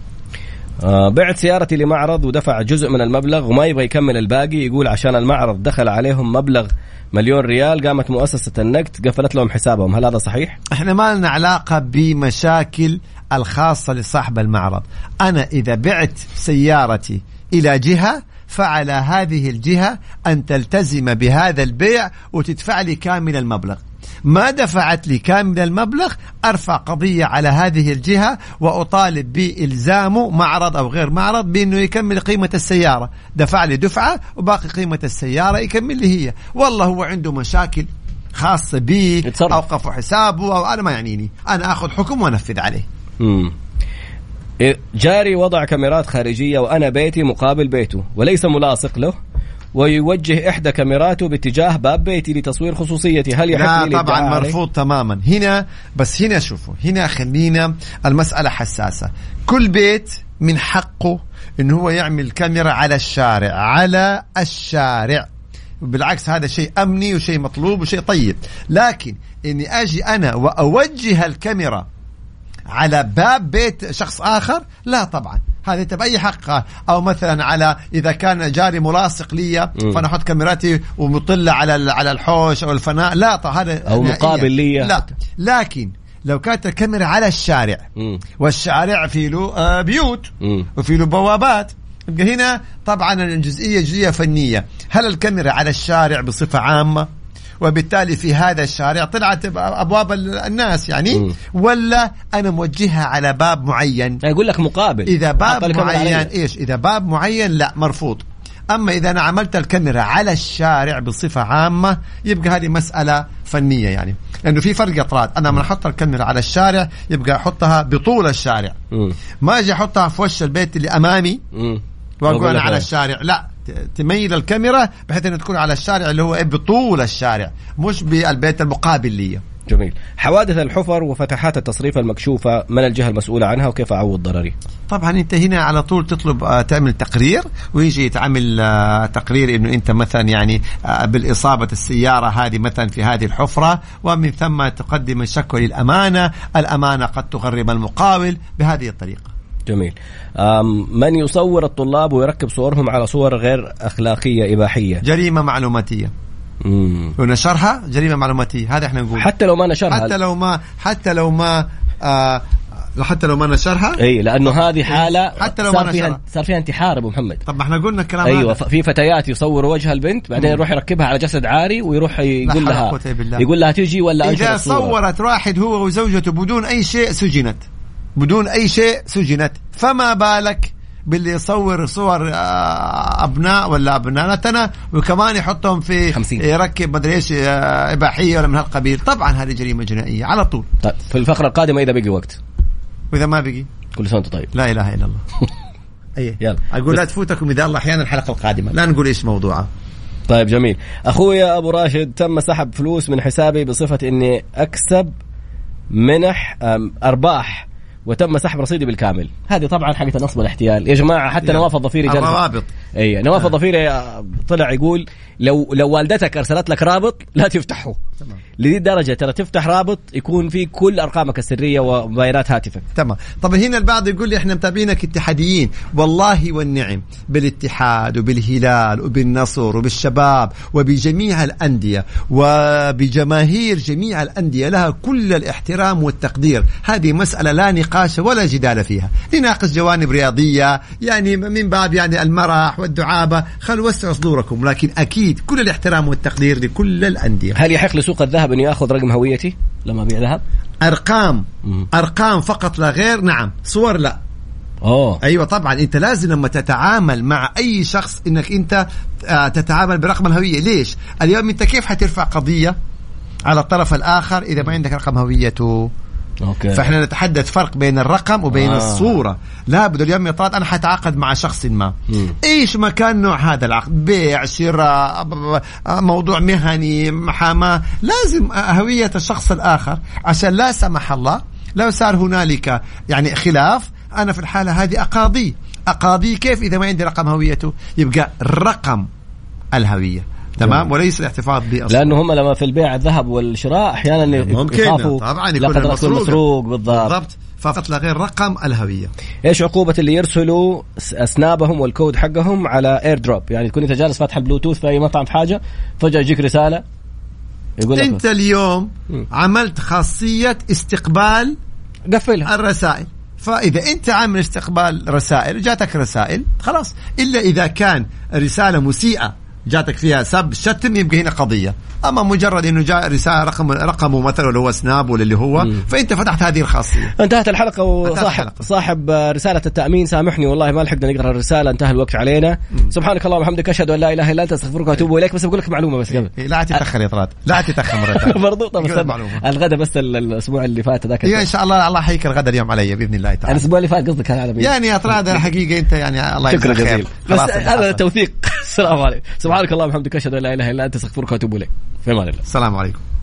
آه بعت سيارتي لمعرض ودفع جزء من المبلغ وما يبغى يكمل الباقي، يقول عشان المعرض دخل عليهم مبلغ مليون ريال، قامت مؤسسة النقد قفلت لهم حسابهم، هل هذا صحيح؟ احنا ما لنا علاقة بمشاكل الخاصة لصاحب المعرض. أنا إذا بعت سيارتي إلى جهة فعلى هذه الجهة أن تلتزم بهذا البيع وتدفع لي كامل المبلغ. ما دفعت لي كامل المبلغ أرفع قضية على هذه الجهة وأطالب بإلزامه معرض أو غير معرض بأنه يكمل قيمة السيارة. دفع لي دفعة وباقي قيمة السيارة يكمل لي هي. والله هو عنده مشاكل خاصة بي أوقفوا حسابه أو أنا ما يعنيني، أنا أخذ حكم وأنفذ عليه. مم. جاري وضع كاميرات خارجية وأنا بيتي مقابل بيته وليس ملاصق له، ويوجه إحدى كاميراته باتجاه باب بيتي لتصوير خصوصيتي، هل يحق لي؟ لا طبعا مرفوض تماما. هنا بس هنا شوفوا، هنا خلينا المسألة حساسة. كل بيت من حقه إنه هو يعمل كاميرا على الشارع، على الشارع بالعكس هذا شيء أمني وشيء مطلوب وشيء طيب. لكن إني أجي أنا وأوجه الكاميرا على باب بيت شخص آخر، لا طبعا، هذا انت بأي حق. أو مثلا على إذا كان جاري ملاصق لي فأنا أحط كاميراتي ومطلع على على الحوش أو الفناء، لا طبعا هذا أو مقابل لي، لا. لكن لو كانت الكاميرا على الشارع م. والشارع فيه له آه بيوت م. وفيه له بوابات، هنا طبعا الجزئية جزئية فنية. هل الكاميرا على الشارع بصفة عامة وبالتالي في هذا الشارع طلعت أبواب الناس يعني م. ولا أنا موجهها على باب معين؟ أقول لك مقابل. إذا باب معين إيش؟ إذا باب معين لا مرفوض. أما إذا أنا عملت الكاميرا على الشارع بصفة عامة يبقى هذه مسألة فنية يعني، لأنه في فرق أطراد. أنا من أحط الكاميرا على الشارع يبقى أحطها بطول الشارع م. ما أجي أحطها في وش البيت اللي أمامي م. وأقول أنا على الشارع، لا، تميل الكاميرا بحيث أن تكون على الشارع اللي هو بطول الشارع مش بالبيت المقابل لي. جميل. حوادث الحفر وفتحات التصريف المكشوفة، من الجهة المسؤولة عنها وكيف أعوض ضرري؟ طبعا أنت هنا على طول تطلب تعمل تقرير ويجي يتعمل تقرير إنه أنت مثلا يعني بالإصابة السيارة هذه مثلا في هذه الحفرة، ومن ثم تقدم الشكوى للأمانة. الأمانة قد تغرم المقاول بهذه الطريقة. جميل. من يصور الطلاب ويركب صورهم على صور غير أخلاقية إباحية، جريمة معلوماتية. مم. ونشرها جريمة معلوماتية، هذا احنا نقول حتى لو ما نشرها، حتى لو ما حتى لو ما آه حتى لو ما نشرها. اي لانه هذه حاله حتى لو صار ما فيها نشرها. صار فيها انتحار ابو محمد. طب ما احنا قلنا الكلام ايوه هذا. في فتيات يصوروا وجه البنت بعدين يروح يركبها على جسد عاري ويروح يقول لها يقول لها تيجي ولا اذا صورت واحد هو وزوجته بدون اي شيء سجنت، بدون اي شيء سجنت، فما بالك باللي يصور صور ابناء ولا ابناتنا وكمان يحطهم في خمسين. يركب مدري ايش اباحيه ولا من هالقبيل. طبعا هذه جريمه جنائيه على طول. طيب في الفقره القادمه اذا بقي وقت، واذا ما بقي كل سنه طيب. لا اله الا الله. اي يلا اقول لا تفوتكم اذا الله احيانا الحلقه القادمه، لا نقول ايش موضوعها. طيب جميل. اخويا ابو راشد تم سحب فلوس من حسابي بصفه اني اكسب منح ارباح وتم سحب رصيدي بالكامل. هذه طبعا حقت النصب والاحتيال يا جماعه. حتى نواف الضفيري جالس الروابط. اي نواف آه. الضفيري طلع يقول لو لو والدتك ارسلت لك رابط لا تفتحه. تمام. لذي الدرجه ترى تفتح رابط يكون فيه كل ارقامك السريه وبيانات هاتفك. تمام. طبعا هنا البعض يقول لي احنا متابعينك اتحاديين. والله والنعم بالاتحاد وبالهلال وبالنصر وبالشباب وبجميع الانديه وبجماهير جميع الانديه لها كل الاحترام والتقدير. هذه مساله لا نقاش ولا جدال فيها. نناقش جوانب رياضيه يعني من باب يعني المرح والدعابه، خلوا وسعوا صدوركم، لكن اكيد كل الاحترام والتقدير لكل الانديه. هل يحق لسوق الذهب انه ياخذ رقم هويتي لما ابيع ذهب؟ ارقام مم. ارقام فقط لا غير. نعم. صور لا. أوه. ايوه طبعا. انت لازم لما تتعامل مع اي شخص انك انت تتعامل برقم الهويه. ليش اليوم انت كيف حترفع قضيه على الطرف الاخر اذا ما عندك رقم هويته؟ أوكي. فإحنا نتحدث فرق بين الرقم وبين آه. الصورة. لا بد اليوم يطلع أنا حتعاقد مع شخص ما م. إيش ما كان نوع هذا العقد، بيع شراء موضوع مهني محاماة، لازم هوية الشخص الآخر عشان لا سمح الله لو صار هنالك يعني خلاف أنا في الحالة هذه أقاضي أقاضي كيف إذا ما عندي رقم هويته؟ يبقى رقم الهوية. تمام. وليس الاحتفاظ به أصلا. لأنه هم لما في البيع الذهب والشراء أحيانا يخافوا طبعا يكون مسروق. بالضبط. بالضبط. فقط لا غير رقم الهوية. إيش عقوبة اللي يرسلوا أسنابهم والكود حقهم على اير دروب؟ يعني تكون أنت جالس فاتح البلوتوث في أي مطعم في حاجة فجأة يجيك رسالة يقول أنت اليوم م. عملت خاصية استقبال قفلها الرسائل. فإذا أنت عامل استقبال رسائل جاتك رسائل خلاص، إلا إذا كان رسالة مسيئة جاتك فيها سب شتم يبقى هنا قضية. أما مجرد إنه جاء رسالة رقم رقمه مثلا اللي هو سناب ولا اللي هو مم. فأنت فتحت هذه الخاصية. انتهت الحلقة وصاحب صاحب رسالة التأمين سامحني والله ما لحقنا نقرأ الرسالة، انتهى الوقت علينا. مم. سبحانك اللهم وبحمدك أشهد أن لا إله إلا أنت أستغفرك وأتوب إليك. بس أقول لك معلومة بس قبل. لا تتأخر يا طراد، لا تتأخر مرة ثانية. برضو طب الغداء بس الأسبوع اللي فات ذاك. إن شاء الله الله حيك الغداء اليوم علي بإذن الله تعالى. الأسبوع اللي فات قصدك هذا يعني يا طراد الحقيقة أنت يعني الله يجزاك خير. بس هذا توثيق. السلام عليكم. سبحانك اللهم وبحمدك أشهد أن لا إله إلا أنت أستغفرك وأتوب إليك. في أمان الله. السلام عليكم.